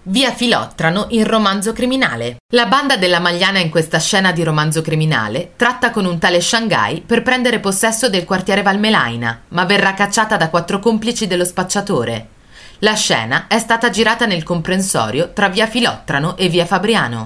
Via Filottrano in Romanzo Criminale. La banda della Magliana in questa scena di Romanzo Criminale tratta con un tale Shanghai per prendere possesso del quartiere Valmelaina, ma verrà cacciata da 4 complici dello spacciatore. La scena è stata girata nel comprensorio tra via Filottrano e via Fabriano.